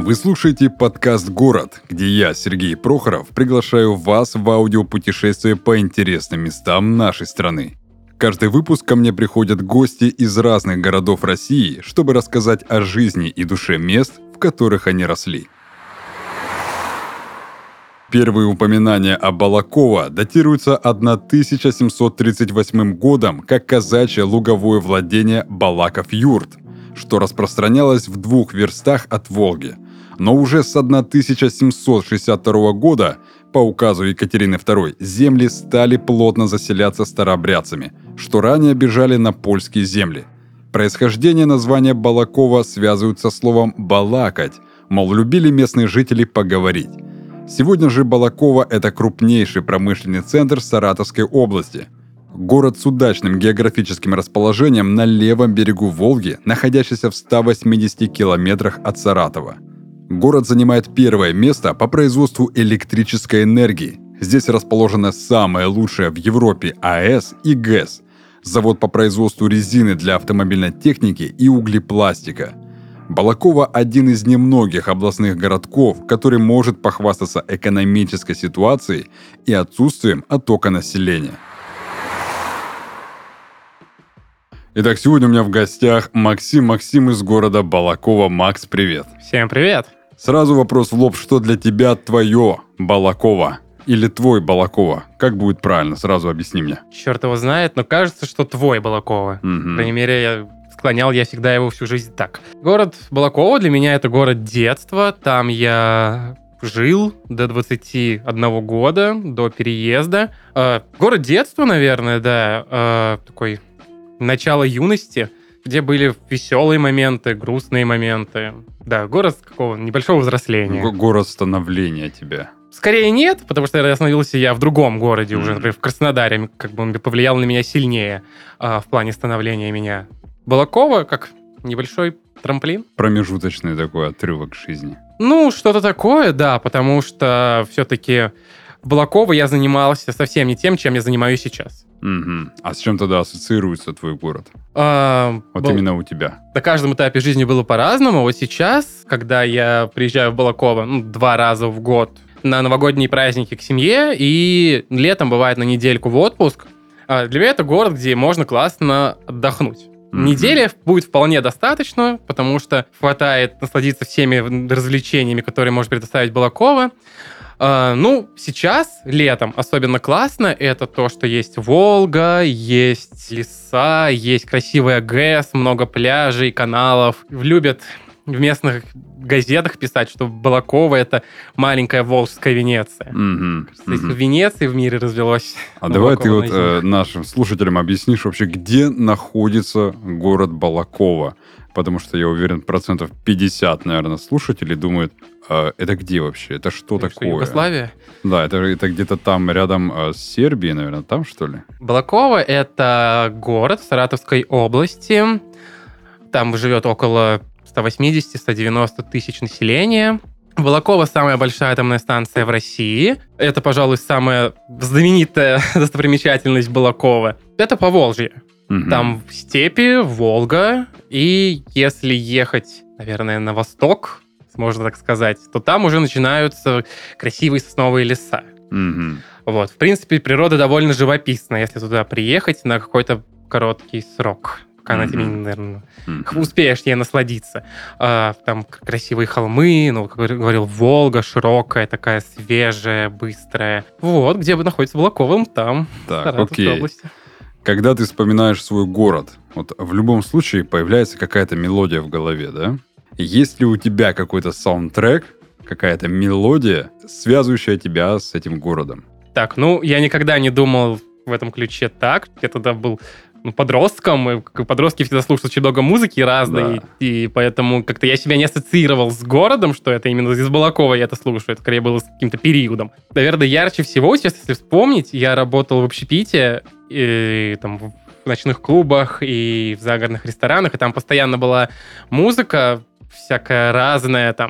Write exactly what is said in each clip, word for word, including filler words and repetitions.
Вы слушаете подкаст «Город», где я, Сергей Прохоров, приглашаю вас в аудиопутешествие по интересным местам нашей страны. Каждый выпуск ко мне приходят гости из разных городов России, чтобы рассказать о жизни и душе мест, в которых они росли. Первые упоминания о Балаково датируются тысяча семьсот тридцать восьмым годом как казачье луговое владение Балаков-Юрт, что распространялось в двух верстах от Волги. Но уже с тысяча семьсот шестьдесят второго года, по указу Екатерины второй, земли стали плотно заселяться старообрядцами, что ранее бежали на польские земли. Происхождение названия Балаково связывают со словом «балакать», мол, любили местные жители поговорить. Сегодня же Балаково – это крупнейший промышленный центр Саратовской области. Город с удачным географическим расположением на левом берегу Волги, находящийся в ста восьмидесяти километрах от Саратова. Город занимает первое место по производству электрической энергии. Здесь расположена самая лучшая в Европе АЭС и ГЭС, завод по производству резины для автомобильной техники и углепластика. Балаково – один из немногих областных городков, который может похвастаться экономической ситуацией и отсутствием оттока населения. Итак, сегодня у меня в гостях Максим. Максим из города Балаково. Макс, привет. Всем привет. Сразу вопрос в лоб, что для тебя твое Балаково? Или твой Балаково? Как будет правильно? Сразу объясни мне. Черт его знает, но кажется, что твой Балаково. Угу. По крайней мере, я склонял я всегда его всю жизнь так. Город Балаково для меня это город детства. Там я жил до двадцати одного года, до переезда. Э, город детства, наверное, да. Э, такой начало юности, где были веселые моменты, грустные моменты. Да, город какого небольшого взросления. Г- город становления тебя. Скорее нет, потому что остановился я в другом городе, mm-hmm. уже, например, в Краснодаре, как бы он повлиял на меня сильнее а, в плане становления меня. Балаково как небольшой трамплин. Промежуточный такой отрывок жизни. Ну, что-то такое, да, потому что все-таки в Балаково я занимался совсем не тем, чем я занимаюсь сейчас. Угу. А с чем тогда ассоциируется твой город? А, вот был... именно у тебя. На каждом этапе жизни было по-разному. Вот сейчас, когда я приезжаю в Балаково ну, два раза в год на новогодние праздники к семье, и летом бывает на недельку в отпуск, для меня это город, где можно классно отдохнуть. Mm-hmm. Недели будет вполне достаточно, потому что хватает насладиться всеми развлечениями, которые может предоставить Балаково. Uh, ну, сейчас, летом, особенно классно, это то, что есть Волга, есть леса, есть красивая ГЭС, много пляжей, каналов. Любят в местных газетах писать, что Балаково — это маленькая волжская Венеция. Mm-hmm. Кажется, mm-hmm. в Венеции в мире развелось. А давай ты вот э, нашим слушателям объяснишь вообще, где находится город Балаково. Потому что, я уверен, процентов пятьдесят, наверное, слушателей думают, э, это где вообще? Это что это такое? Что, Югославия? Да, это, это где-то там рядом э, с Сербией, наверное, там, что ли? Балаково — это город в Саратовской области. Там живет около сто восемьдесят - сто девяносто тысяч населения. Балаково — самая большая атомная станция в России. Это, пожалуй, самая знаменитая достопримечательность Балаково. Это Поволжье. Угу. Там степи, Волга, и если ехать, наверное, на восток, можно так сказать, то там уже начинаются красивые сосновые леса. Угу. Вот. В принципе, природа довольно живописна, если туда приехать на какой-то короткий срок. Пока на тебе, наверное, mm-hmm. успеешь ей насладиться. А, там красивые холмы, ну, как говорил, Волга широкая, такая свежая, быстрая. Вот, где вы находитесь Балаковым, там, так, в Саратовской окей. области. Когда ты вспоминаешь свой город, вот в любом случае появляется какая-то мелодия в голове, да? Есть ли у тебя какой-то саундтрек, какая-то мелодия, связывающая тебя с этим городом? Так, ну, я никогда не думал в этом ключе так. Я тогда был ну, подростком, и как подростки всегда слушают очень много музыки разной, да. и, и поэтому как-то я себя не ассоциировал с городом, что это именно из Балакова я это слушаю, это скорее было с каким-то периодом. Наверное, ярче всего, сейчас, если вспомнить, я работал в общепите, и, там, в ночных клубах и в загородных ресторанах, и там постоянно была музыка всякая разная, там,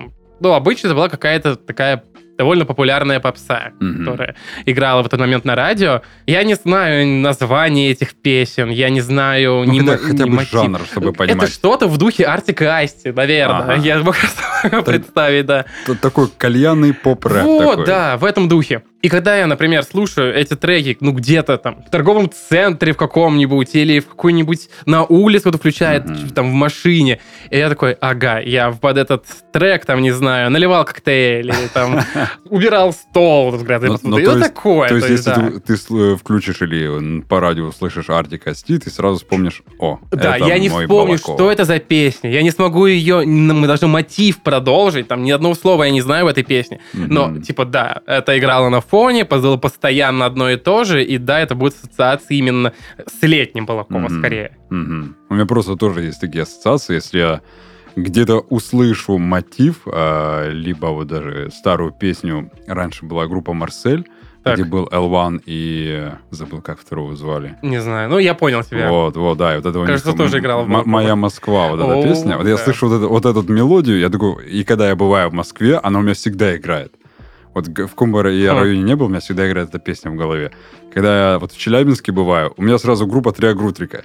ну, обычно это была какая-то такая довольно популярная попса, mm-hmm. которая играла в этот момент на радио. Я не знаю название этих песен, я не знаю ну, ни хотя, мо- хотя ни бы мотив. жанр, чтобы понимать. Это что-то в духе Артик и Асти, наверное. Ага. Я могу представить, да. Такой кальянный поп-рэп вот, такой. да, в этом духе. И когда я, например, слушаю эти треки, ну, где-то там в торговом центре в каком-нибудь или в какой-нибудь на улице кто-то включает, mm-hmm. там, в машине, и я такой, ага, я под этот трек, там, не знаю, наливал коктейль, или там убирал стол, вот, говорят, но, но, и то вот есть, такое. То есть, то есть если да. ты, ты включишь или по радио услышишь Артик и Асти, ты сразу вспомнишь, о, да, это я не мой вспомню, Балакова. что это за песня, я не смогу ее, мы должны мотив продолжить, там, ни одного слова я не знаю в этой песне, mm-hmm. но, типа, да, это играло на фоне, было постоянно одно и то же, и да, это будет ассоциация именно с летним Балаковым, mm-hmm. скорее. Mm-hmm. У меня просто тоже есть такие ассоциации, если я где-то услышу мотив, а, либо вот даже старую песню, раньше была группа «Марсель», так. где был эл один и... Забыл, как второго звали. Не знаю, ну я понял тебя. Вот, вот, да. И вот это Кажется, них, тоже играл в Балаково. «Моя Москва», вот эта О, песня. Вот да. я слышу вот, это, вот эту мелодию, я такой... И когда я бываю в Москве, она у меня всегда играет. Вот в каком бы я районе не был, у меня всегда играет эта песня в голове. Когда я вот в Челябинске бываю, у меня сразу группа «Три огрутрика».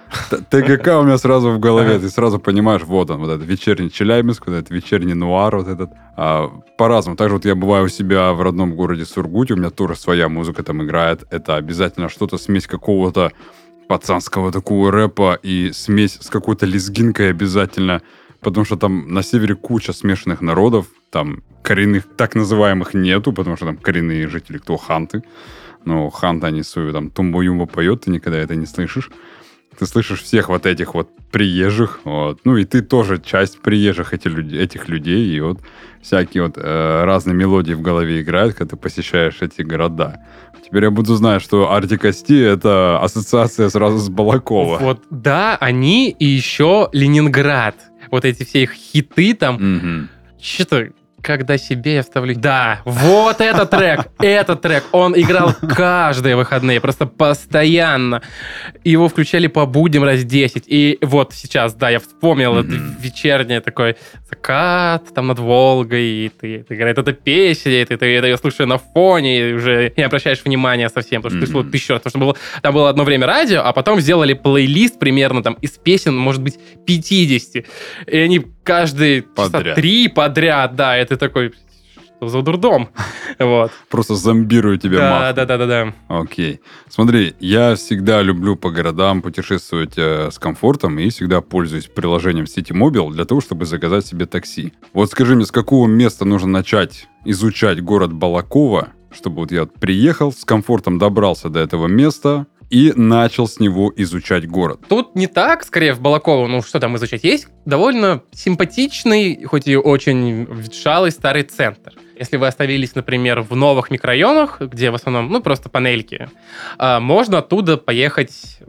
ТГК у меня сразу в голове, ты сразу понимаешь, вот он, вот этот вечерний Челябинск, вот этот вечерний нуар, вот этот. А, по-разному. Также вот я бываю у себя в родном городе Сургуте, у меня тоже своя музыка там играет. Это обязательно что-то, смесь какого-то пацанского такого рэпа и смесь с какой-то лезгинкой обязательно, потому что там на севере куча смешанных народов, там коренных так называемых нету, потому что там коренные жители, кто ханты. Но ханты, они свою там тумбу-юмбу поют, ты никогда это не слышишь. Ты слышишь всех вот этих вот приезжих, вот. Ну и ты тоже часть приезжих эти люди, этих людей, и вот всякие вот э, разные мелодии в голове играют, когда ты посещаешь эти города. Теперь я буду знать, что Артик и Асти — это ассоциация сразу с Балаково. Вот, да, они и еще Ленинград. Вот эти все их хиты там. Mm-hmm. Что-то... Когда себе я вставлю... Да, вот этот трек, этот трек. Он играл каждые выходные, просто постоянно. Его включали по будням раз десять. И вот сейчас, да, я вспомнил mm-hmm. это вечернее такой закат там над Волгой, и ты, ты играет эта песня, и ты, ты, ты ее слушаешь на фоне, и уже не обращаешь внимания совсем, потому что mm-hmm. ты слушаешь тысячу раз. Потому что было, там было одно время радио, а потом сделали плейлист примерно там из песен, может быть, пятьдесят. И они каждые часа три подряд, да, это такой, что за дурдом. Вот. Просто зомбирую тебя да, махом. Да, да, да, да. Окей. Смотри, я всегда люблю по городам путешествовать э, с комфортом и всегда пользуюсь приложением Citymobil для того, чтобы заказать себе такси. Вот скажи мне, с какого места нужно начать изучать город Балаково, чтобы вот я приехал, с комфортом добрался до этого места и начал с него изучать город. Тут не так, скорее, в Балаково, ну что там изучать? Есть довольно симпатичный, хоть и очень ветшалый старый центр. Если вы остановились, например, в новых микрорайонах, где в основном, ну, просто панельки, можно оттуда поехать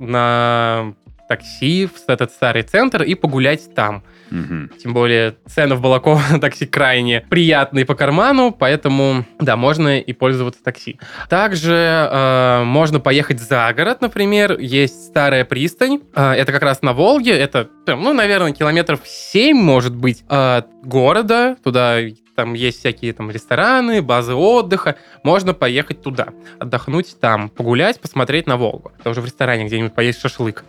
на такси в этот старый центр и погулять там. Угу. Тем более цены в Балаково на такси крайне приятные по карману, поэтому, да, можно и пользоваться такси. Также э, можно поехать за город, например, есть старая пристань, э, это как раз на Волге, это, ну, наверное, километров семь, может быть, от города, туда там есть всякие там рестораны, базы отдыха, можно поехать туда, отдохнуть там, погулять, посмотреть на Волгу, тоже в ресторане где-нибудь поесть шашлык.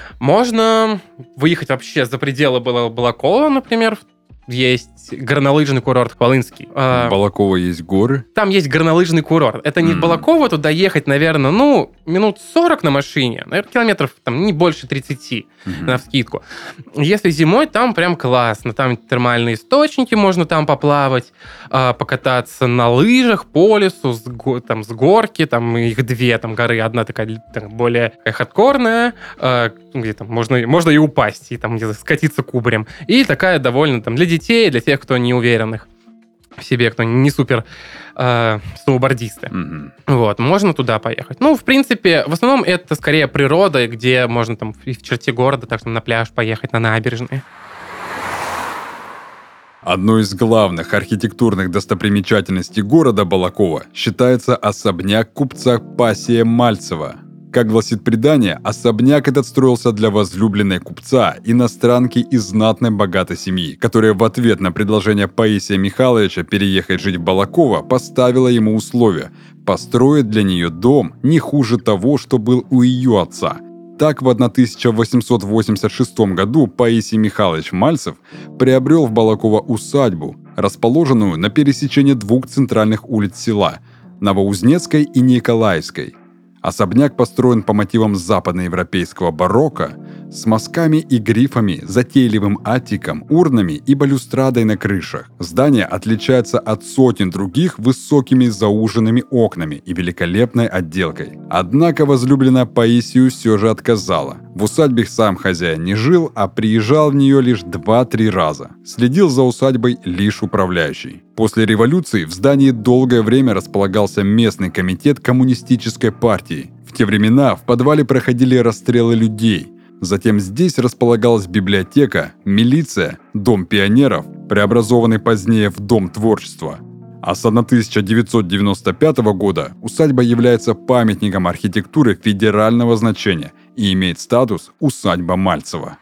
Можно выехать вообще за пределы Балакова, например. Есть горнолыжный курорт Хвалынский. В Балаково есть горы? Там есть горнолыжный курорт. Это не mm. в Балаково, туда ехать, наверное, ну, минут сорок на машине. Наверное, километров там не больше тридцати mm-hmm. навскидку. Если зимой, там прям классно. Там термальные источники, можно там поплавать, покататься на лыжах по лесу, с, там, с горки. Там их две там горы. Одна такая там, более хардкорная, где там можно, можно и упасть, и там скатиться кубарем. И такая довольно там для детей, для тех, кто не уверенных в себе, кто не супер э, сноубордисты. Mm-hmm. Вот, можно туда поехать. Ну, в принципе, в основном это скорее природа, где можно там в черте города, так что на пляж поехать, на набережные. Одной из главных архитектурных достопримечательностей города Балаково считается особняк купца Пасия Мальцева. Как гласит предание, особняк этот строился для возлюбленной купца, иностранки из знатной богатой семьи, которая в ответ на предложение Паисия Михайловича переехать жить в Балаково поставила ему условие – построить для нее дом не хуже того, что был у ее отца. Так в тысяча восемьсот восемьдесят шестом году Паисий Михайлович Мальцев приобрел в Балаково усадьбу, расположенную на пересечении двух центральных улиц села – Новоузнецкой и Николаевской. Особняк построен по мотивам западноевропейского барокко с мазками и грифами, затейливым аттиком, урнами и балюстрадой на крышах. Здание отличается от сотен других высокими зауженными окнами и великолепной отделкой. Однако возлюбленная Паисию все же отказала. В усадьбе сам хозяин не жил, а приезжал в нее лишь два-три раза. Следил за усадьбой лишь управляющий. После революции в здании долгое время располагался местный комитет коммунистической партии. В те времена в подвале проходили расстрелы людей. Затем здесь располагалась библиотека, милиция, дом пионеров, преобразованный позднее в Дом творчества. А с тысяча девятьсот девяносто пятого года усадьба является памятником архитектуры федерального значения и имеет статус усадьба Мальцева.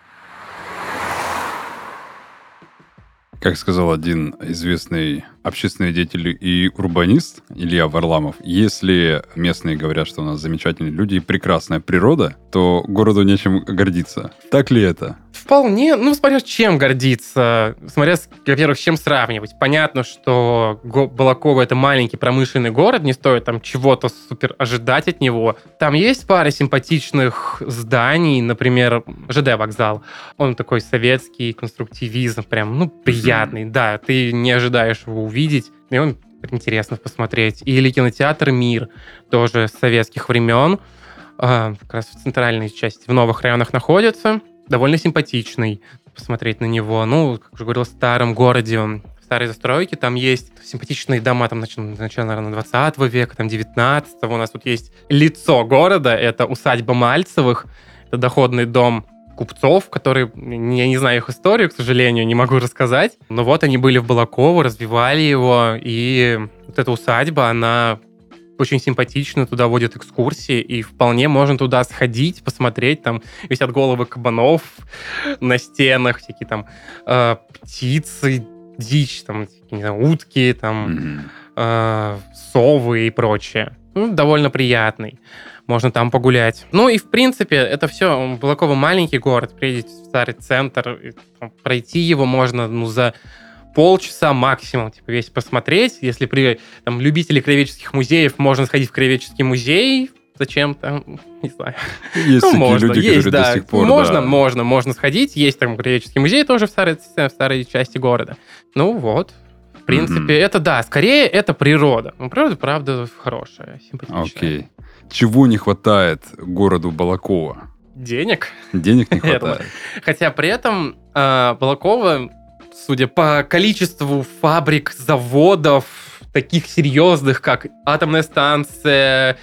Как сказал один известный общественный деятель и урбанист Илья Варламов, если местные говорят, что у нас замечательные люди и прекрасная природа, то городу нечем гордиться. Так ли это? Вполне. Ну, смотря с чем гордиться. Смотря, во-первых, с чем сравнивать. Понятно, что Балаково — это маленький промышленный город, не стоит там чего-то супер ожидать от него. Там есть пара симпатичных зданий, например, ЖД вокзал. Он такой советский, конструктивизм, прям, ну, приятный. Mm-hmm. Да, ты не ожидаешь его увидеть, и он интересно посмотреть. Или кинотеатр «Мир», тоже с советских времен, как раз в центральной части, в новых районах находится. Довольно симпатичный, посмотреть на него. Ну, как уже говорил, в старом городе, в старой застройке, там есть симпатичные дома, там, начала, наверное, двадцатого века, там, девятнадцатого. У нас тут есть лицо города, это усадьба Мальцевых, это доходный дом купцов, которые, я не знаю их историю, к сожалению, не могу рассказать. Но вот они были в Балаково, развивали его, и вот эта усадьба, она очень симпатично, туда водят экскурсии, и вполне можно туда сходить, посмотреть, там висят головы кабанов на стенах, всякие там э, птицы, дичь, там, не знаю, утки, там, э, совы и прочее. Ну, довольно приятный. Можно там погулять. Ну и, в принципе, это все. Балаково маленький город, приедете в старый центр, и, там, пройти его можно, ну, за полчаса максимум, типа, весь посмотреть. Если при там, любители краеведческих музеев, можно сходить в краеведческий музей. Зачем там, не знаю. Есть ну, такие можно. люди, есть, которые да. до сих пор... Можно, да. можно, можно сходить. Есть там краеведческий музей тоже в старой, в старой части города. Ну вот. В принципе, mm-hmm. это да, скорее это природа. Ну, природа, правда, хорошая, симпатичная. Окей. Чего не хватает городу Балаково? Денег. Денег не хватает. Хотя при этом э, Балаково, судя по количеству фабрик, заводов, таких серьезных, как атомная станция,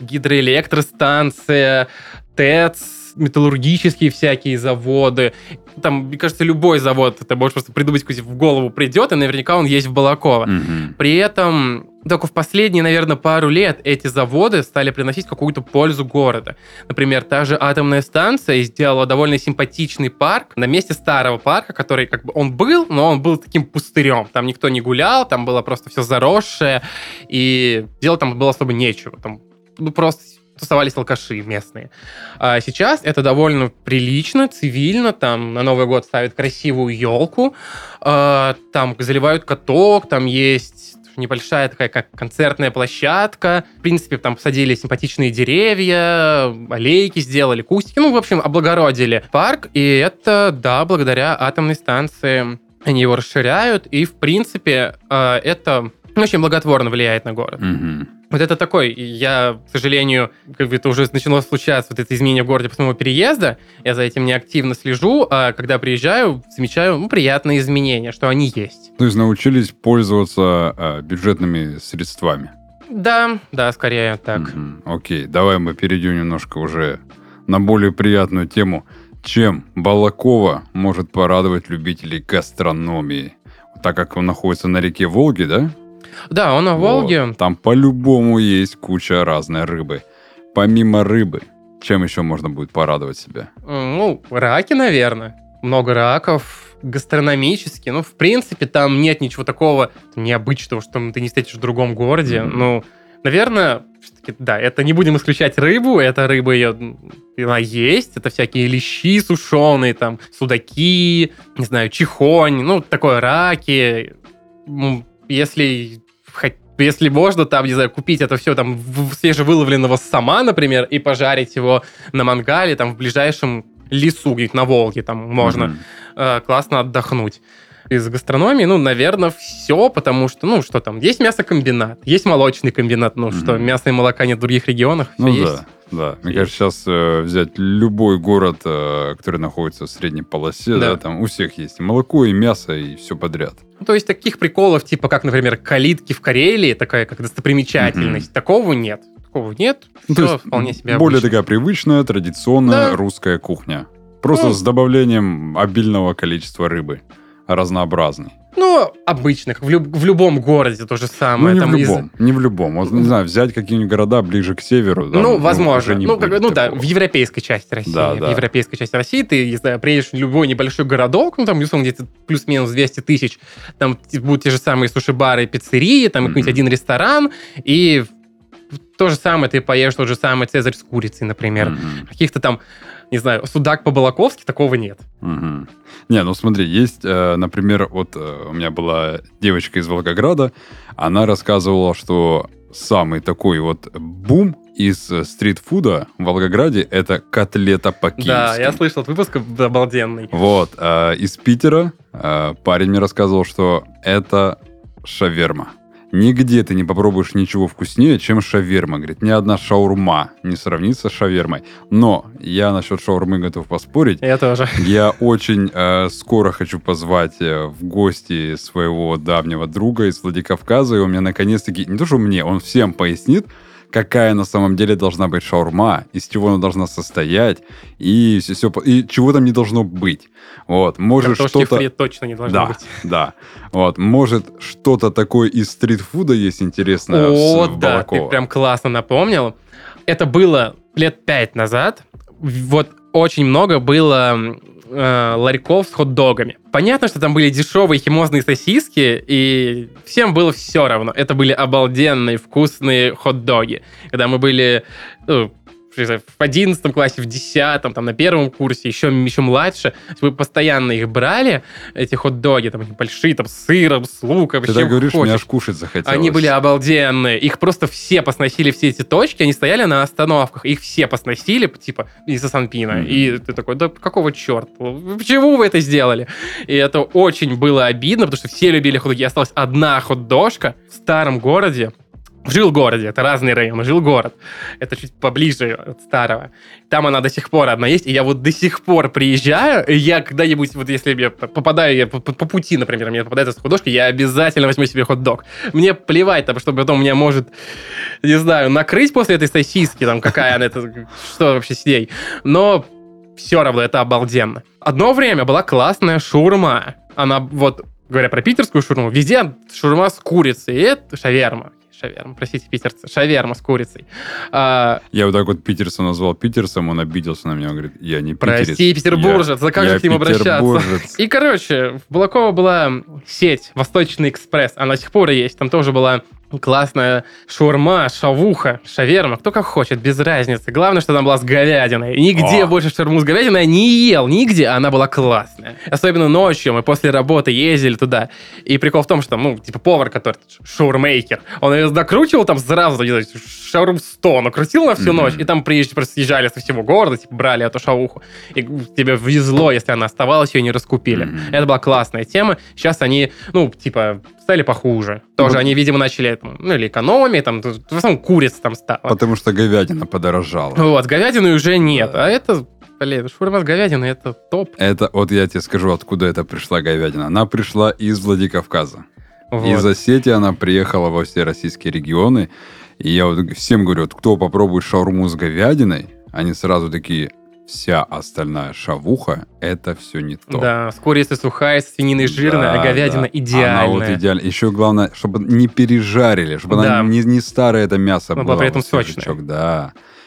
гидроэлектростанция, ТЭЦ, металлургические всякие заводы. Там, мне кажется, любой завод, ты можешь просто придумать, какой в голову придет, и наверняка он есть в Балаково. Mm-hmm. При этом только в последние, наверное, пару лет эти заводы стали приносить какую-то пользу города. Например, та же атомная станция сделала довольно симпатичный парк на месте старого парка, который как бы он был, но он был таким пустырем. Там никто не гулял, там было просто все заросшее, и делать там было особо нечего. Там ну, просто тусовались алкаши местные. А сейчас это довольно прилично, цивильно. Там на Новый год ставят красивую елку, а, там заливают каток, там есть небольшая такая как концертная площадка. В принципе, там посадили симпатичные деревья, аллейки сделали, кустики. Ну, в общем, облагородили парк. И это, да, благодаря атомной станции они его расширяют. И, в принципе, это очень благотворно влияет на город. Mm-hmm. Вот это такой, я, к сожалению, как бы это уже начало случаться, вот это изменение в городе после моего переезда, я за этим не активно слежу, а когда приезжаю, замечаю ну, приятные изменения, что они есть. То есть научились пользоваться э, бюджетными средствами? Да, да, скорее так. Mm-hmm. Окей, давай мы перейдем немножко уже на более приятную тему. Чем Балаково может порадовать любителей гастрономии? Так как он находится на реке Волги, да? Да, он на Волге. Вот. Там по-любому есть куча разной рыбы. Помимо рыбы, Чем еще можно будет порадовать себя? Ну, раки, наверное. Много раков, гастрономически. Ну, в принципе, там нет ничего такого необычного, что ты не встретишь в другом городе. Mm-hmm. Ну, наверное, все-таки, да, это не будем исключать рыбу. Это рыба, ее она есть. Это всякие лещи сушеные, там, судаки, не знаю, чихонь, ну, такое, раки. Если Если можно, там, не знаю, купить это все там свежевыловленного сама, например, и пожарить его на мангале, там, в ближайшем лесу, где-нибудь на Волге, там, можно mm-hmm. э, классно отдохнуть. Из гастрономии, ну, наверное, все, потому что, ну, что там, есть мясокомбинат, есть молочный комбинат, ну, mm-hmm. что, мяса и молока нет в других регионах, ну, есть. да. Да, мне кажется, сейчас э, взять любой город, э, который находится в средней полосе, да. Да, там у всех есть и молоко, и мясо, и все подряд. Ну, то есть таких приколов, типа как, например, калитки в Карелии, такая как достопримечательность, mm-hmm. такого нет. Такого нет, ну, все то есть вполне себе более обычно. Такая привычная, традиционная да. русская кухня. Просто ну, с добавлением обильного количества рыбы, разнообразной. Ну, обычно, как в, люб- в любом городе то же самое. Ну, не там в любом, из... не в любом. Вот, не знаю, взять какие-нибудь города ближе к северу. Там, ну, возможно. Ну, ну, как, ну да, в европейской части России. Да, в да. европейской части России ты, не знаю, приедешь в любой небольшой городок, ну, там, где-то плюс-минус двести тысяч, там будут те же самые суши-бары, пиццерии, там mm-hmm. какой-нибудь один ресторан, и то же самое ты поешь, тот же самый цезарь с курицей, например. Mm-hmm. Каких-то там, не знаю, судак по-балаковски, такого нет. Угу. Не, ну смотри, есть, э, например, вот э, у меня была девочка из Волгограда, она рассказывала, что самый такой вот бум из стритфуда в Волгограде — это котлета по-киевски. Да, я слышал, этот выпуск обалденный. Вот, э, из Питера э, парень мне рассказывал, что это шаверма. Нигде ты не попробуешь ничего вкуснее, чем шаверма. Говорит, ни одна шаурма не сравнится с шавермой. Но я насчет шаурмы готов поспорить. Я тоже. Я очень э, скоро хочу позвать э, в гости своего давнего друга из Владикавказа, и он мне наконец-таки, не то что мне, он всем пояснит, какая на самом деле должна быть шаурма, из чего она должна состоять, и, все, все, и чего там не должно быть. Вот, может картошки что-то... фри точно не должно да, быть. Да, вот, может что-то такое из стритфуда есть интересное О, в, в да, Балаково. ты прям классно напомнил. Это было лет пять назад. Вот очень много было э, ларьков с хот-догами. Понятно, что там были дешевые химозные сосиски, и всем было все равно. Это были обалденные, вкусные хот-доги. Когда мы были... Ну, в одиннадцатом классе, в десятом, там, на первом курсе, еще, еще младше, мы постоянно их брали, эти хот-доги, там, большие, там, с сыром, с луком. Ты так говоришь, мне аж кушать захотелось. Они были обалденные. Их просто все посносили, все эти точки, они стояли на остановках, их все посносили, типа, из-за Санпина. Mm-hmm. И ты такой, да какого черта? Почему вы это сделали? И это очень было обидно, потому что все любили хот-доги. Осталась одна хот-дожка в старом городе, в Жилгороде, это разные районы, Жилгород, это чуть поближе от старого. Там она до сих пор одна есть, и я вот до сих пор приезжаю, и я когда-нибудь, вот если я попадаю я по, по пути, например, мне попадается хот-дожка, я обязательно возьму себе хот-дог. Мне плевать, там, что потом меня может, не знаю, накрыть после этой сосиски, там, какая она, это, что вообще с ней. Но все равно это обалденно. Одно время была классная шаурма. Она вот, говоря про питерскую шаурму, везде шаурма с курицей, и это шаверма. Шаверма, простите, питерцы. Шаверма с курицей. А... Я вот так вот питерца назвал питерцем, он обиделся на меня, он говорит, я не питерец. Прости, петербуржец, за как же к ним обращаться? И, короче, в Балаково была сеть «Восточный экспресс», она до сих пор есть, там тоже была классная шаурма, шавуха, шаверма, кто как хочет, без разницы. Главное, что она была с говядиной. Нигде О. больше шаурму с говядиной я не ел, нигде, а она была классная. Особенно ночью мы после работы ездили туда. И прикол в том, что, ну, типа повар, который шаурмейкер, он ее докручивал там сразу, шаурм сто, накрутил на всю mm-hmm. ночь, и там приезжали, просто съезжали со всего города, типа брали эту шавуху. И тебе везло, если она оставалась, ее не раскупили. Mm-hmm. Это была классная тема. Сейчас они, ну, типа, стали похуже. Тоже mm-hmm. они, видимо, начали ну, или экономии, там, в основном курица там стала. Потому что говядина подорожала. Вот, говядины уже нет, да. А это, блин, шаурма с говядиной, это топ. Это, вот я тебе скажу, откуда это пришла говядина. Она пришла из Владикавказа. Вот. Из Осетии она приехала во все российские регионы. И я вот всем говорю, вот кто попробует шаурму с говядиной, они сразу такие... Вся остальная шавуха — это все не то. Да, с курицей сухая, с свининой жирная, да, а говядина да. идеальная. Она вот идеальная. Еще главное, чтобы не пережарили, чтобы да. она не, не старое это мясо но было. При этом сочная. Да.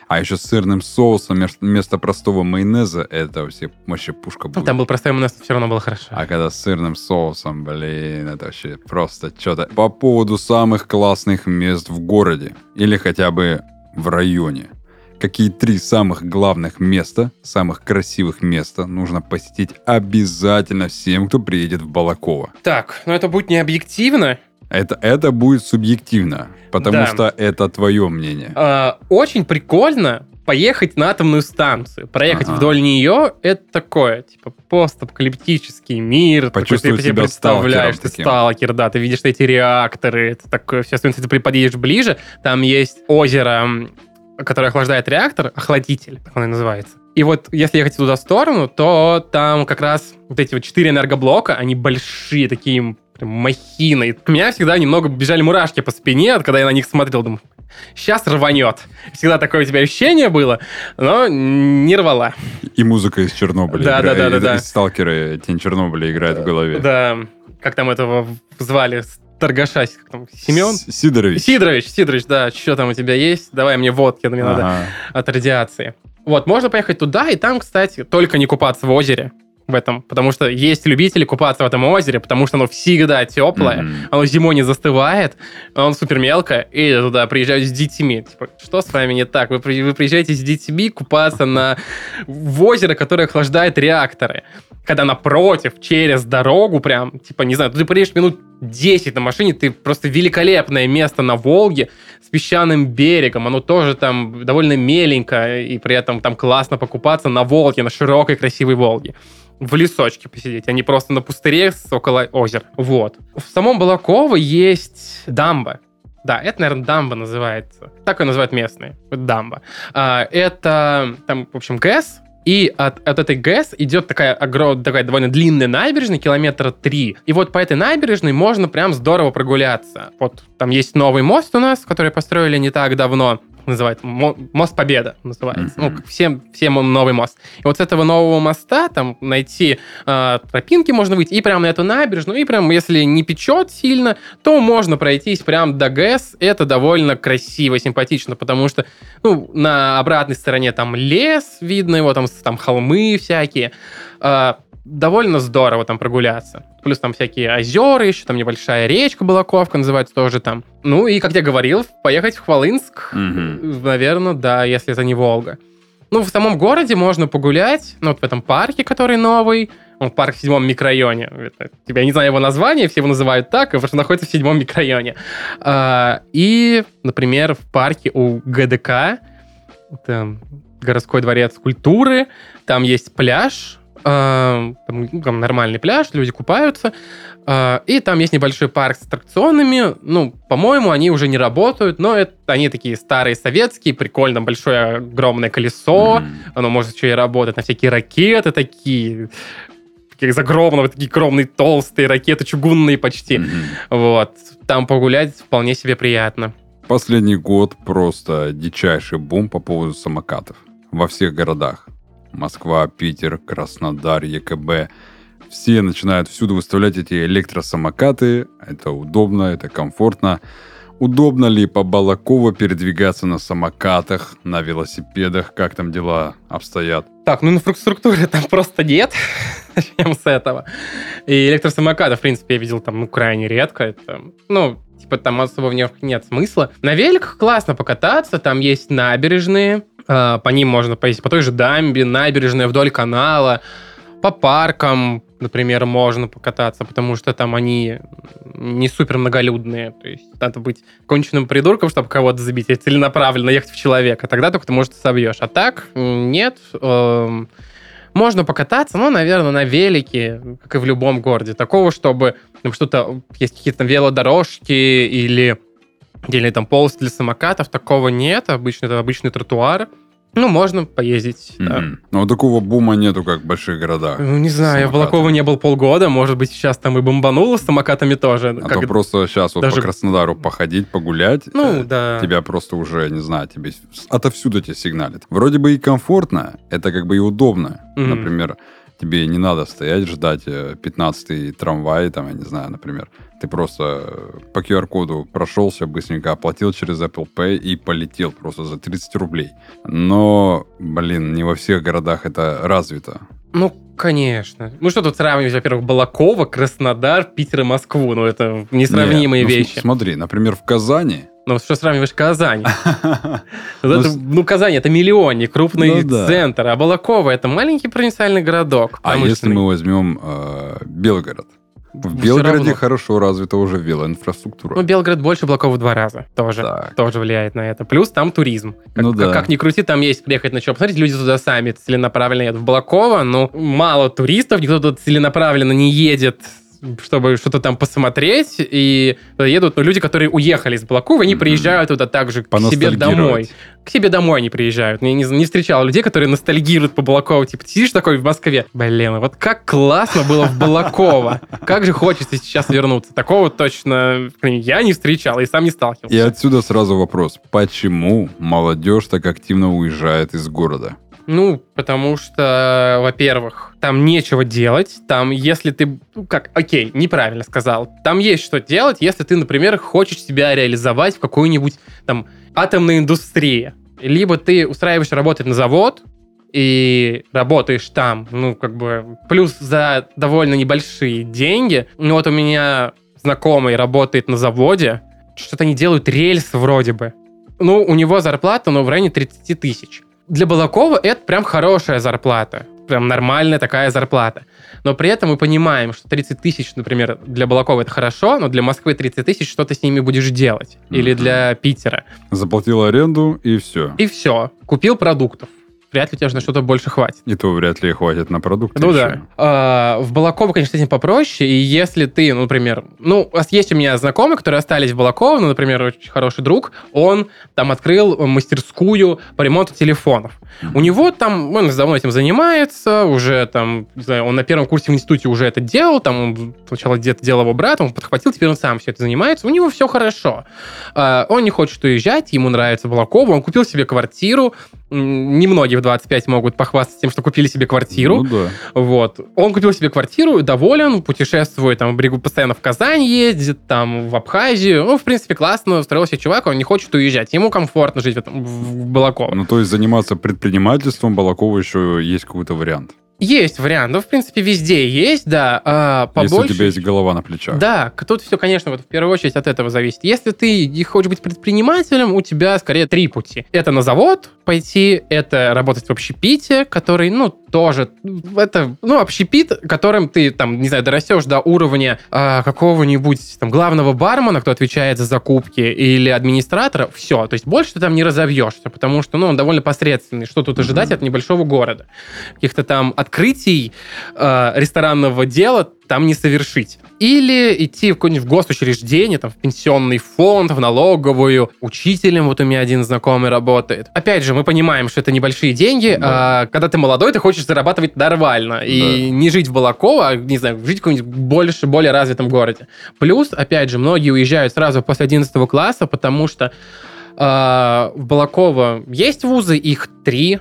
А еще с сырным соусом вместо простого майонеза, это вообще, вообще пушка будет. Ну, там был простой майонез, все равно было хорошо. А когда с сырным соусом, блин, это вообще просто что-то. По поводу самых классных мест в городе или хотя бы в районе. Какие три самых главных места, самых красивых места нужно посетить обязательно всем, кто приедет в Балаково? Так, ну это будет не объективно. Это, это будет субъективно, потому Да. что это твое мнение. А, очень прикольно поехать на атомную станцию. Проехать Ага. вдоль нее, это такое, типа, постапокалиптический мир. такой, Почувствовать ты себе себя представляешь, сталкером ты таким. сталкер, да, ты видишь эти реакторы, это такое, все, если ты подъедешь ближе, там есть озеро, м, которое охлаждает реактор, охладитель, так он и называется. И вот если ехать туда в сторону, то там как раз вот эти вот четыре энергоблока, они большие, такие прям махины. У меня всегда немного бежали мурашки по спине, когда я на них смотрел, думаю, сейчас рванет. Всегда такое у тебя ощущение было, но не рвала. И музыка из Чернобыля. Да, играет, да, да, да, и- да. и сталкеры Тень Чернобыля играет в голове. Да, как там этого звали, торгаша, как там, Семен? С- Сидорович. Сидорович, Сидорович, да, что там у тебя есть? Давай мне водки, мне надо Ага. от радиации. Вот, можно поехать туда, и там, кстати, только не купаться в озере в этом, потому что есть любители купаться в этом озере, потому что оно всегда теплое, Мгм. оно зимой не застывает, оно супер мелкое, и туда приезжают с детьми. Типа, что с вами не так? Вы, при- вы приезжаете с детьми купаться на в озеро, которое охлаждает реакторы. Когда напротив, через дорогу прям, типа, не знаю, ты приедешь минут десять на машине, ты просто великолепное место на Волге с песчаным берегом, оно тоже там довольно меленькое, и при этом там классно покупаться на Волге, на широкой красивой Волге. В лесочке посидеть, а не просто на пустыре с- около озера. Вот. В самом Балаково есть дамба. Да, это, наверное, дамба называется. Так ее называют местные. Дамба. А, это там, в общем, ГЭС. И от, от этой ГЭС идет такая, огром, такая довольно длинная набережная, километра три. И вот по этой набережной можно прям здорово прогуляться. Вот там есть новый мост у нас, который построили не так давно. Называется Мо- Мост Победа, называется. Мгм. Ну, всем, всем он новый мост. И вот с этого нового моста там найти э, тропинки можно выйти и прям на эту набережную, и прям, если не печет сильно, то можно пройтись прям до ГЭС. Это довольно красиво, симпатично, потому что ну, на обратной стороне там лес, видно его, там, там холмы всякие. Э, довольно здорово там прогуляться. Плюс там всякие озера еще, там небольшая речка Балаковка называется тоже там. Ну и, как я говорил, поехать в Хвалынск, Мгм. наверное, да, если это не Волга. Ну, в самом городе можно погулять, ну, вот в этом парке, который новый, он парк в седьмом микрорайоне. Это, я не знаю его название, все его называют так, потому что находится в седьмом микрорайоне. А, и, например, в парке у ГДК, это городской дворец культуры, там есть пляж, а, там, ну, там нормальный пляж, люди купаются, а, и там есть небольшой парк с аттракционами. Ну, по-моему, они уже не работают, но это, они такие старые советские, прикольно, большое огромное колесо, Мгм. оно может еще и работать на всякие ракеты такие, такие из огромного, такие огромные толстые ракеты, чугунные почти. Мгм. Вот. Там погулять вполне себе приятно. Последний год просто дичайший бум по поводу самокатов во всех городах. Москва, Питер, Краснодар, ЕКБ. Все начинают всюду выставлять эти электросамокаты. Это удобно, это комфортно. Удобно ли по Балаково передвигаться на самокатах, на велосипедах? Как там дела обстоят? Так, ну инфраструктуры там просто нет. Начнем с этого. И электросамокаты, в принципе, я видел там ну, крайне редко. Это, ну, типа там особо в них нет смысла. На великах классно покататься, там есть набережные, э, по ним можно поездить, по той же дамбе, набережная вдоль канала, по паркам, например, можно покататься, потому что там они не супер многолюдные. То есть надо быть конченным придурком, чтобы кого-то забить, и целенаправленно ехать в человека. Тогда только ты, может, собьешь. А так м, нет. Эм, можно покататься, ну, наверное, на велике, как и в любом городе. Такого, чтобы там что-то... Есть какие-то там велодорожки или, или там полосы для самокатов, такого нет. Обычно это обычный тротуар. Ну, можно поездить, да. Мгм. Но вот такого бума нету, как в больших городах. Ну, не знаю, я в Самокаты. Балаково не был полгода, может быть, сейчас там и бомбануло с самокатами тоже. А Как- то просто сейчас вот даже- по Краснодару походить, погулять, Ну, э, да. тебя просто уже, не знаю, тебе с- отовсюду тебя сигналит. Вроде бы и комфортно, это как бы и удобно. Мгм. Например, тебе не надо стоять, ждать пятнадцатый трамвай, там, я не знаю, например. Ты просто по ку ар-коду прошелся, быстренько оплатил через Apple Pay и полетел просто за тридцать рублей. Но, блин, не во всех городах это развито. Ну, конечно. Ну, что тут сравнивать, во-первых, Балаково, Краснодар, Питер и Москву? Ну, это несравнимые Нет, ну, вещи. Смотри, например, в Казани... Ну, что сравниваешь Казань? Ну, Казань — это миллионник, крупный центр, а Балаково — это маленький провинциальный городок. А если мы возьмем Белгород? В Белгороде хорошо развита уже велоинфраструктура. Ну, Белгород больше Балакова в два раза. Тоже, так. тоже влияет на это. Плюс там туризм. Как, ну, как, да. как ни крути, там есть приехать на что посмотреть. Люди туда сами целенаправленно едут. В Балаково, но мало туристов, никто туда целенаправленно не едет, чтобы что-то там посмотреть. И едут ну, люди, которые уехали из Балакова, они mm-hmm. приезжают туда также к себе домой. К себе домой они приезжают. Я не, не встречал людей, которые ностальгируют по Балакову. Типа, ты сидишь такой в Москве. Блин, вот как классно было в Балаково. Как же хочется сейчас вернуться. Такого точно я не встречал и сам не сталкивался. И отсюда сразу вопрос. Почему молодежь так активно уезжает из города? Ну, потому что, во-первых, там нечего делать. Там, если ты... Ну, как, окей, неправильно сказал. Там есть что делать, если ты, например, хочешь себя реализовать в какой-нибудь там атомной индустрии. Либо ты устраиваешься работать на завод и работаешь там, ну, как бы, плюс за довольно небольшие деньги. Ну, вот у меня знакомый работает на заводе, что-то они делают рельс вроде бы. Ну, у него зарплата, ну, в районе тридцать тысяч. Для Балакова это прям хорошая зарплата. Прям нормальная такая зарплата. Но при этом мы понимаем, что тридцать тысяч, например, для Балакова это хорошо, но для Москвы тридцать тысяч что ты с ними будешь делать. Mm-hmm. Или для Питера. Заплатил аренду, и все. И все. Купил продуктов. Вряд ли у тебя на что-то больше хватит. И то вряд ли хватит на продукты. Ну еще. да. А, в Балаково, конечно, с этим попроще. И если ты, ну, например... Ну, есть у меня знакомые, которые остались в Балаково, ну, например, очень хороший друг. Он там открыл мастерскую по ремонту телефонов. Mm-hmm. У него там... Он давно этим занимается. Уже там... Не знаю, он на первом курсе в институте уже это делал. Там он сначала где-то делал его брат, он подхватил, теперь он сам все это занимается. У него все хорошо. А, он не хочет уезжать, ему нравится Балаково. Он купил себе квартиру. Немногие в двадцать пять могут похвастаться тем, что купили себе квартиру. Ну, да. Вот. Он купил себе квартиру, доволен, путешествует, там, постоянно в Казань ездит, там, в Абхазию. Ну, в принципе, классно, устроился чувак, он не хочет уезжать. Ему комфортно жить в, этом, в Балаково. Ну, то есть заниматься предпринимательством Балаково еще есть какой-то вариант? Есть вариант, ну, в принципе, везде есть, да. А, побольше... Если у тебя есть голова на плечах. Да, тут все, конечно, вот в первую очередь от этого зависит. Если ты хочешь быть предпринимателем, у тебя скорее три пути. Это на завод пойти, это работать в общепите, который, ну, тоже, это, ну, общепит, которым ты, там, не знаю, дорастешь до уровня а, какого-нибудь, там, главного бармена, кто отвечает за закупки, или администратора, все. То есть больше ты там не разовьешься, потому что, ну, он довольно посредственный. Что тут ожидать mm-hmm. от небольшого города? Каких-то там открытий э, ресторанного дела там не совершить. Или идти в какое-нибудь госучреждение, там, в пенсионный фонд, в налоговую. Учителем вот у меня один знакомый работает. Опять же, мы понимаем, что это небольшие деньги. Да. А когда ты молодой, ты хочешь зарабатывать нормально. И да. не жить в Балаково, а, не знаю, жить в каком-нибудь больше, более развитом городе. Плюс, опять же, многие уезжают сразу после одиннадцатого класса, потому что э, в Балаково есть вузы, их три.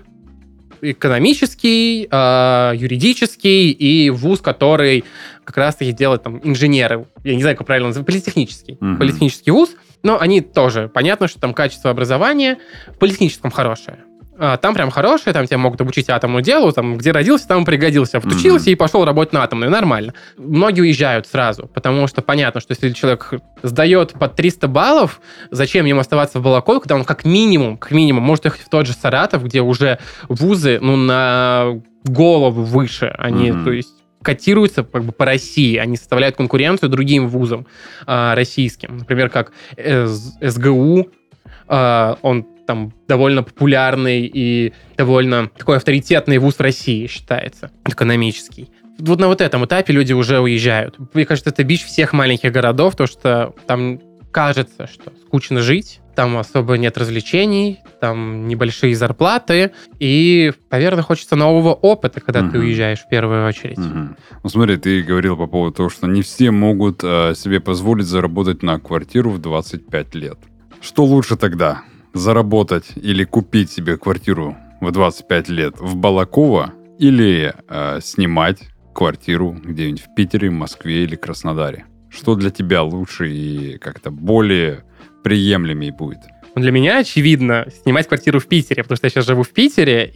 Экономический, э, юридический и вуз, который как раз-таки делает там инженеры. Я не знаю, как правильно называется. Политехнический. Mm-hmm. Политехнический вуз. Но они тоже, понятно, что там качество образования в политехническом хорошее. А, там прям хорошее, там тебя могут обучить атомному делу, там, где родился, там пригодился. Втучился mm-hmm. и пошел работать на атомную. Нормально. Многие уезжают сразу, потому что понятно, что если человек сдает под триста баллов, зачем ему оставаться в Балаково, когда он как минимум, как минимум может ехать в тот же Саратов, где уже вузы, ну, на голову выше. Они, mm-hmm. то есть, котируются как бы по России, они составляют конкуренцию другим вузам э, российским. Например, как эс гэ у, э, он там довольно популярный и довольно такой авторитетный вуз в России считается, экономический. Вот на вот этом этапе люди уже уезжают. Мне кажется, это бич всех маленьких городов, то что там кажется, что скучно жить, там особо нет развлечений, там небольшие зарплаты, и, наверное, хочется нового опыта, когда uh-huh. ты уезжаешь в первую очередь. Uh-huh. Ну смотри, ты говорил по поводу того, что не все могут э, себе позволить заработать на квартиру в двадцать пять лет. Что лучше тогда? Заработать или купить себе квартиру в двадцать пять лет в Балаково или э, снимать квартиру где-нибудь в Питере, Москве или Краснодаре? Что для тебя лучше и как-то более приемлемей будет? Для меня, очевидно, снимать квартиру в Питере, потому что я сейчас живу в Питере,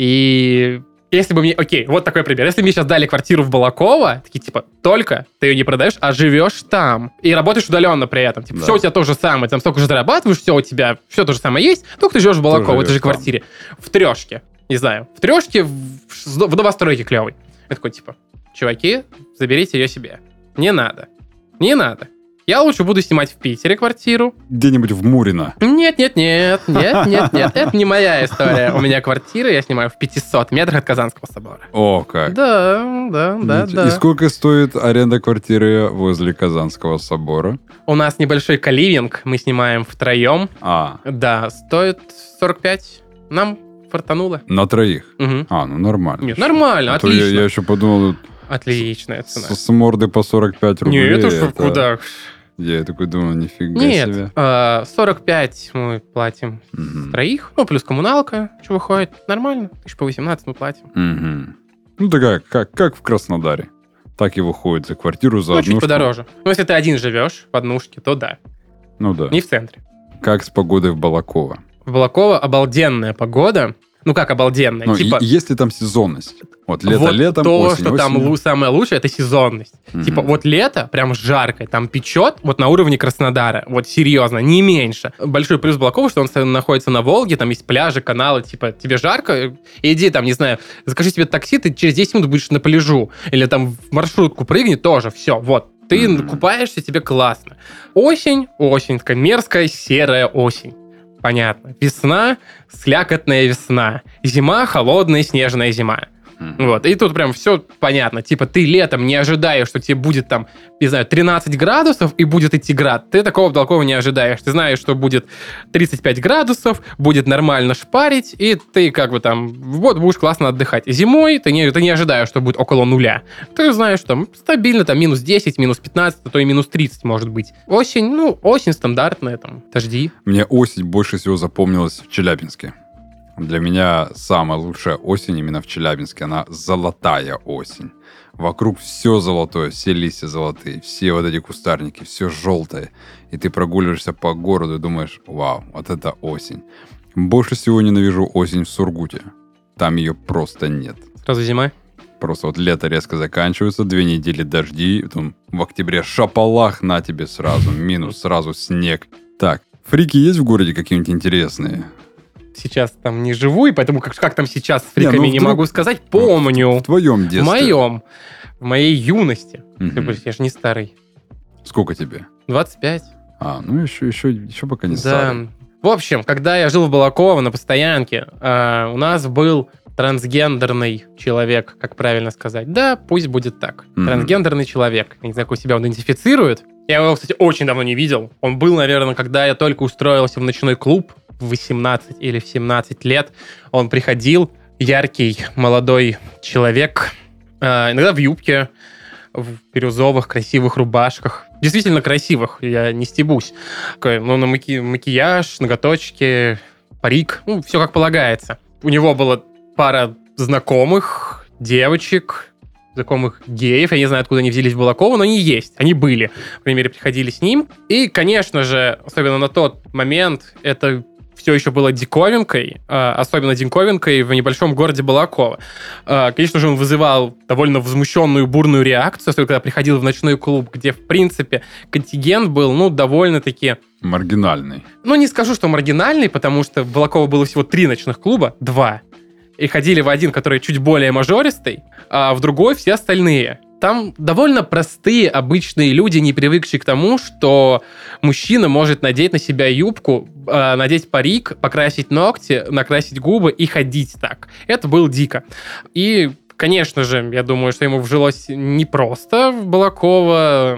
и если бы мне... Окей, вот такой пример. Если бы мне сейчас дали квартиру в Балаково, такие, типа, только ты ее не продаешь, а живешь там. И работаешь удаленно при этом. Типа, да. Все у тебя то же самое. Там столько же зарабатываешь, все у тебя, все то же самое есть, только ты живешь в Балаково, в этой же квартире. В трешке. Не знаю. В трешке, в, в новостройке клевой. Я такой, типа, чуваки, заберите ее себе. Не надо. Не надо. Я лучше буду снимать в Питере квартиру. Где-нибудь в Мурино. Нет, нет, нет, нет, нет, нет. Это не моя история. У меня квартира, я снимаю в пятисот метрах от Казанского собора. О, как. Да, да, да, да. И сколько стоит аренда квартиры возле Казанского собора? У нас небольшой каливинг, мы снимаем втроем. А. Да, стоит сорок пять. Нам фартануло. На троих? Угу. А, ну нормально. Нет, нормально, а отлично. Я, я еще подумал... Отличная цена. С, с морды по сорок пять рублей. Нет, это что, куда? Я такой думаю, нифига Нет, себе. Нет, сорок пять мы платим угу. с троих, ну, плюс коммуналка, что выходит, нормально, тысяч по восемнадцать мы платим. Угу. Ну, такая, как, как в Краснодаре. Так и выходит за квартиру, за ну, однушку. Ну, чуть подороже. Ну, если ты один живешь в однушке, то да. Ну, да. Не в центре. Как с погодой в Балаково? В Балаково обалденная погода. Ну, как обалденная? Ну, типа... есть ли там сезонность? Вот лето вот летом, то, осень, что осенью. там самое лучшее, это сезонность. Mm-hmm. Типа вот лето прям жарко, там печет вот на уровне Краснодара. Вот серьезно, не меньше. Большой плюс Балакова, что он находится на Волге, там есть пляжи, каналы, типа тебе жарко, иди там, не знаю, закажи себе такси, ты через десять минут будешь на пляжу. Или там в маршрутку прыгни, тоже, все, вот. Ты mm-hmm. купаешься, тебе классно. Осень, осень, такая мерзкая серая осень. Понятно. Весна, слякотная весна. Зима, холодная снежная зима. Mm-hmm. Вот. И тут прям все понятно. Типа ты летом не ожидаешь, что тебе будет там, не знаю, тринадцать градусов и будет идти град. Ты такого такого не ожидаешь. Ты знаешь, что будет тридцать пять градусов, будет нормально шпарить, и ты как бы там вот будешь классно отдыхать. Зимой ты не, ты не ожидаешь, что будет около нуля. Ты знаешь, что там стабильно там минус десять, минус пятнадцать, а то и минус тридцать может быть. Осень, ну, осень стандартная, там, дожди. Мне осень больше всего запомнилась в Челябинске. Для меня самая лучшая осень именно в Челябинске. Она золотая осень. Вокруг все золотое, все листья золотые, все вот эти кустарники, все желтое. И ты прогуливаешься по городу и думаешь, вау, вот это осень. Больше всего ненавижу осень в Сургуте. Там ее просто нет. Сразу зима? Просто вот лето резко заканчивается, две недели дожди, потом в октябре шапалах на тебе сразу, минус, сразу снег. Так, фрики есть в городе какие-нибудь интересные? Сейчас там не живу, и поэтому как, как там сейчас с фриками не, ну, не могу сказать. Помню. В, в твоем детстве. В моем. В моей юности. Угу. Я же не старый. Сколько тебе? двадцать пять. А, ну еще, еще, еще пока не да. старый. В общем, когда я жил в Балаково на постоянке, э, у нас был трансгендерный человек, как правильно сказать. Да, пусть будет так. Mm-hmm. Трансгендерный человек. Я не знаю, как себя он идентифицирует. Я его, кстати, очень давно не видел. Он был, наверное, когда я только устроился в ночной клуб в восемнадцать или в семнадцать лет. Он приходил, яркий молодой человек, э, иногда в юбке, в бирюзовых красивых рубашках. Действительно красивых, я не стебусь. Такой, ну, на маки- макияж, ноготочки, парик, ну, все как полагается. У него была пара знакомых девочек, знакомых геев. Я не знаю, откуда они взялись в Балаково, но они есть. Они были. По крайней мере, приходили с ним. И, конечно же, особенно на тот момент, это все еще было диковинкой, особенно диковинкой в небольшом городе Балаково. Конечно же, он вызывал довольно возмущенную, бурную реакцию, особенно когда приходил в ночной клуб, где, в принципе, контингент был, ну, довольно-таки... Маргинальный. Ну, не скажу, что маргинальный, потому что в Балаково было всего три ночных клуба, два. И ходили в один, который чуть более мажористый, а в другой все остальные. Там довольно простые, обычные люди, не привыкшие к тому, что мужчина может надеть на себя юбку, э, надеть парик, покрасить ногти, накрасить губы и ходить так. Это было дико. И, конечно же, я думаю, что ему вжилось непросто в Балаково.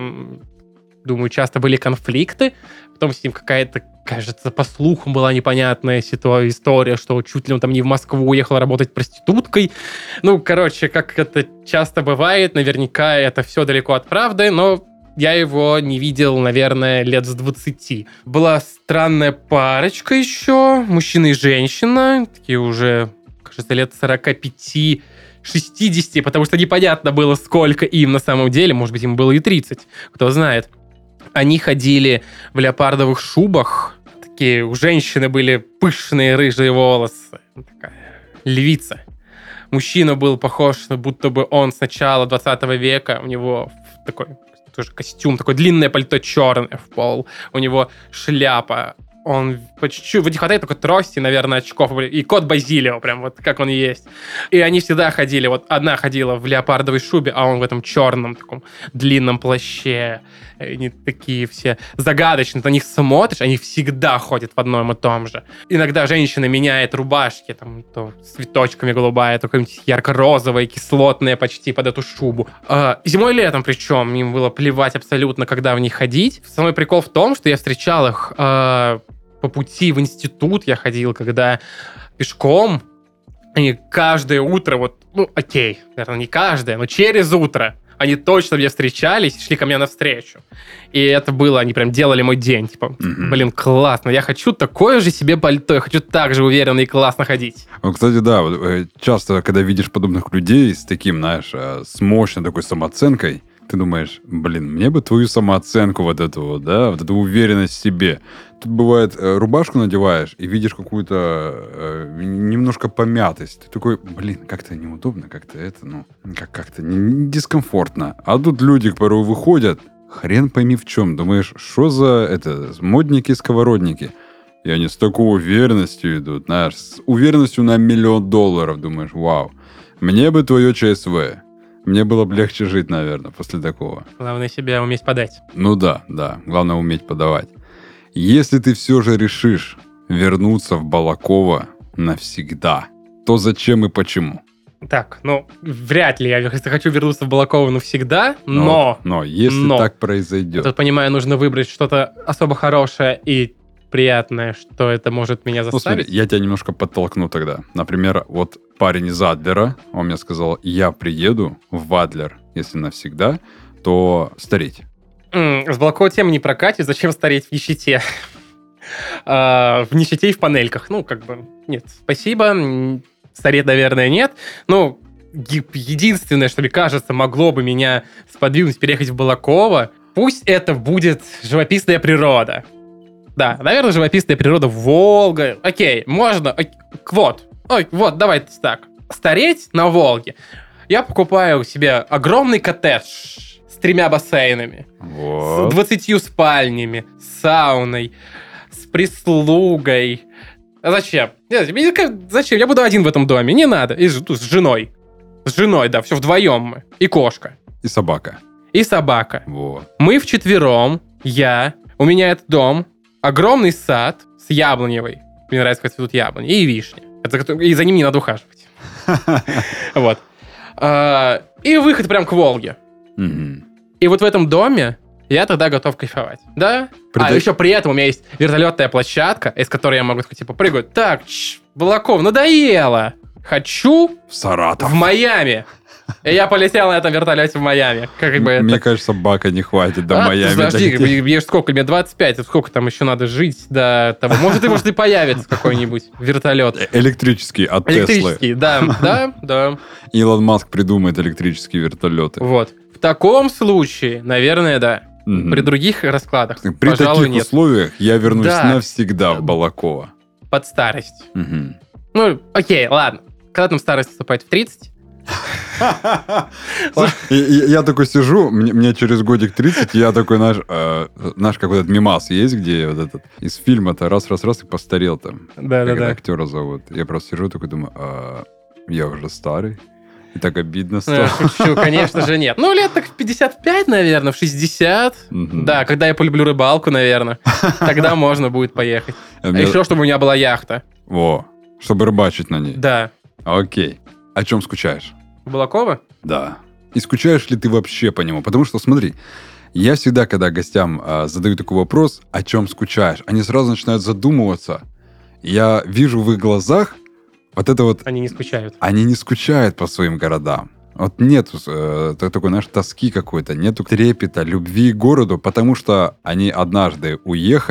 Думаю, часто были конфликты. Потом с ним какая-то, кажется, по слухам была непонятная ситуация, история, что чуть ли он там не в Москву уехал работать проституткой. Ну, короче, как это часто бывает, наверняка это все далеко от правды, но я его не видел, наверное, лет с двадцати. Была странная парочка еще, мужчина и женщина, такие уже, кажется, лет сорок пять шестидесяти, потому что непонятно было, сколько им на самом деле, может быть, им было и тридцать, кто знает. Они ходили в леопардовых шубах, такие у женщины были пышные рыжие волосы, такая львица. Мужчина был похож, будто бы он с начала двадцатого века, у него такой тоже костюм, такое длинное пальто черное в пол, у него шляпа. Он по чуть-чуть, не хватает только трости, наверное, очков, и кот Базилио, прям вот как он и есть. И они всегда ходили, вот одна ходила в леопардовой шубе, а он в этом черном таком длинном плаще. Они такие все загадочные, на них смотришь, они всегда ходят в одном и том же. Иногда женщина меняет рубашки, там, то с цветочками голубая, то какая-нибудь ярко-розовая, кислотная почти под эту шубу. А, зимой и летом причем, им было плевать абсолютно, когда в них ходить. Самый прикол в том, что я встречал их а, по пути в институт, я ходил, когда пешком, они каждое утро, вот, ну, окей, наверное, не каждое, но через утро они точно мне встречались, шли ко мне навстречу. И это было, они прям делали мой день. Типа, mm-hmm. блин, классно, я хочу такое же себе пальто, я хочу так же уверенно и классно ходить. Ну, кстати, да, вот, часто, когда видишь подобных людей с таким, знаешь, с мощной такой самооценкой, ты думаешь, блин, мне бы твою самооценку вот эту вот, да, вот эту уверенность в себе. Тут бывает, рубашку надеваешь и видишь какую-то э, немножко помятость. Ты такой, блин, как-то неудобно, как-то это, ну, как- как-то не, не дискомфортно. А тут люди порой выходят, хрен пойми в чем. Думаешь, что за это, модники-сковородники? И они с такой уверенностью идут, знаешь, с уверенностью на миллион долларов. Думаешь, вау, мне бы твое ЧСВ. Мне было бы легче жить, наверное, после такого. Главное себя уметь подать. Ну да, да, главное уметь подавать. Если ты все же решишь вернуться в Балаково навсегда, то зачем и почему? Так, ну, вряд ли я хочу вернуться в Балаково навсегда, но... Но, но если но, так произойдет... Я тут понимаю, нужно выбрать что-то особо хорошее и приятное, что это может меня заставить. Ну, смотри, я тебя немножко подтолкну тогда. Например, вот парень из Адлера, он мне сказал, я приеду в Адлер, если навсегда, то стареть. С Балакова тема не прокатит, зачем стареть в нищете? В нищете и в панельках. Ну, как бы, нет, спасибо. Стареть, наверное, нет. Ну, единственное, что мне кажется, могло бы меня сподвигнуть переехать в Балаково, пусть это будет живописная природа. Да, наверное, живописная природа, Волга. Окей, можно. Вот, Ой, вот, давайте так. Стареть на Волге. Я покупаю себе огромный коттедж с тремя бассейнами, вот. с двадцатью спальнями, с сауной, с прислугой. А зачем? Зачем? Я буду один в этом доме. Не надо. И с, с женой. С женой, да, все вдвоем мы. И кошка. И собака. И собака. Вот. Мы вчетвером, я, у меня этот дом, огромный сад с яблоневой. Мне нравится, как цветут яблони. И вишни. Это, и за ним не надо ухаживать. Вот. И выход прям к Волге. И вот в этом доме я тогда готов кайфовать. Да? А еще при этом у меня есть вертолетная площадка, из которой я могу, типа, прыгать. Так, Балаков, надоело. Хочу в Саратов. В Майами. И я полетел на этом вертолете в Майами. Как бы Мне это... кажется, бака не хватит до а, Майами. Подожди, мне сколько? Мне двадцать пять. Сколько там еще надо жить до того? Может, и может и появится какой-нибудь вертолет. Электрический от Теслы. Электрический, да, да, да. Илон Маск придумает электрические вертолеты. Вот. В таком случае, наверное, да. Угу. При других раскладах, При пожалуй, таких нет. условиях я вернусь Да. навсегда в Балаково. Под старость. Угу. Ну, окей, ладно. Когда там старость наступает? В тридцать? Слушай, я, я такой сижу, мне, мне через годик тридцать, я такой, наш, э, наш как вот этот мимас есть, где вот этот из фильма-то раз-раз-раз и постарел там. Да-да-да. Как актера зовут. Я просто сижу такой думаю, а, я уже старый. И так обидно стало. Я шучу, конечно же, нет. Ну, лет так в пятьдесят пять, наверное, в шестьдесят. Мгм. Да, когда я полюблю рыбалку, наверное. Тогда можно будет поехать. А А мне- еще, чтобы у меня была яхта. Во, чтобы рыбачить на ней. Да. Окей. О чем скучаешь? Балакова? Да. И скучаешь ли ты вообще по нему? Потому что, смотри, я всегда, когда гостям а, задаю такой вопрос, о чем скучаешь, они сразу начинают задумываться. Я вижу в их глазах вот это вот... Они не скучают. Они не скучают по своим городам. Вот нету э, такой, знаешь, тоски какой-то, нету трепета, любви к городу, потому что они однажды уехали,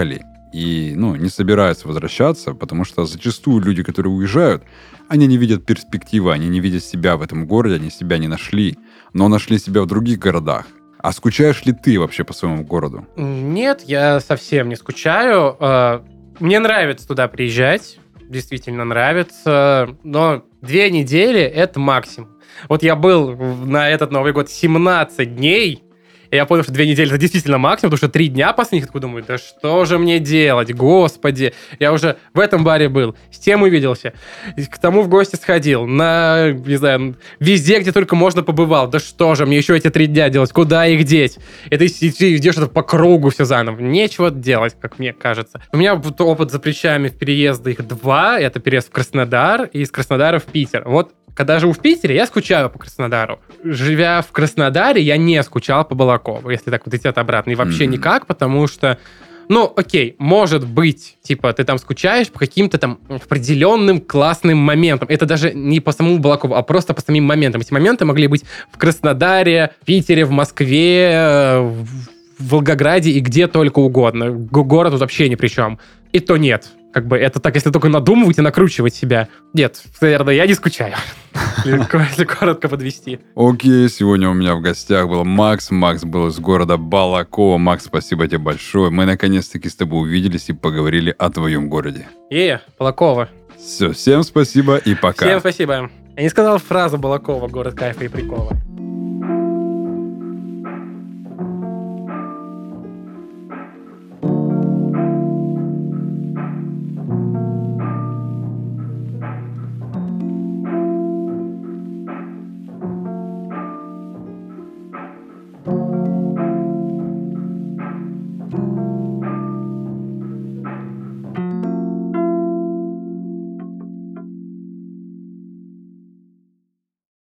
и, ну, не собираются возвращаться, потому что зачастую люди, которые уезжают, они не видят перспективы, они не видят себя в этом городе, они себя не нашли, но нашли себя в других городах. А скучаешь ли ты вообще по своему городу? Нет, я совсем не скучаю. Мне нравится туда приезжать, действительно нравится, но две недели — это максимум. Вот я был на этот Новый год семнадцать дней, и я понял, что две недели — это действительно максимум, потому что три дня после них такой думаю, да что же мне делать, господи. Я уже в этом баре был, с тем увиделся, к тому в гости сходил, на, не знаю, везде, где только можно, побывал. Да что же мне еще эти три дня делать, куда их деть? Это ты идешь это по кругу все заново. Нечего делать, как мне кажется. У меня опыт за плечами в переезда их два, это переезд в Краснодар и из Краснодара в Питер. Вот когда живу в Питере, я скучаю по Краснодару. Живя в Краснодаре, я не скучал по Балакову, если так вот идти от обратно. И вообще mm-hmm. никак, потому что, ну, окей, может быть, типа, ты там скучаешь по каким-то там определенным классным моментам. Это даже не по самому Балакову, а просто по самим моментам. Эти моменты могли быть в Краснодаре, в Питере, в Москве, в Волгограде и где только угодно. Город тут вообще ни при чем. И то нет. Как бы это так, если только надумывать и накручивать себя. Нет, наверное, я не скучаю. Если коротко подвести. Окей, сегодня у меня в гостях был Макс. Макс был из города Балакова. Макс, спасибо тебе большое. Мы наконец-таки с тобой увиделись и поговорили о твоем городе. Е, Балакова. Все, всем спасибо и пока. Всем спасибо. Я не сказал фразу Балакова, город кайфа и прикола.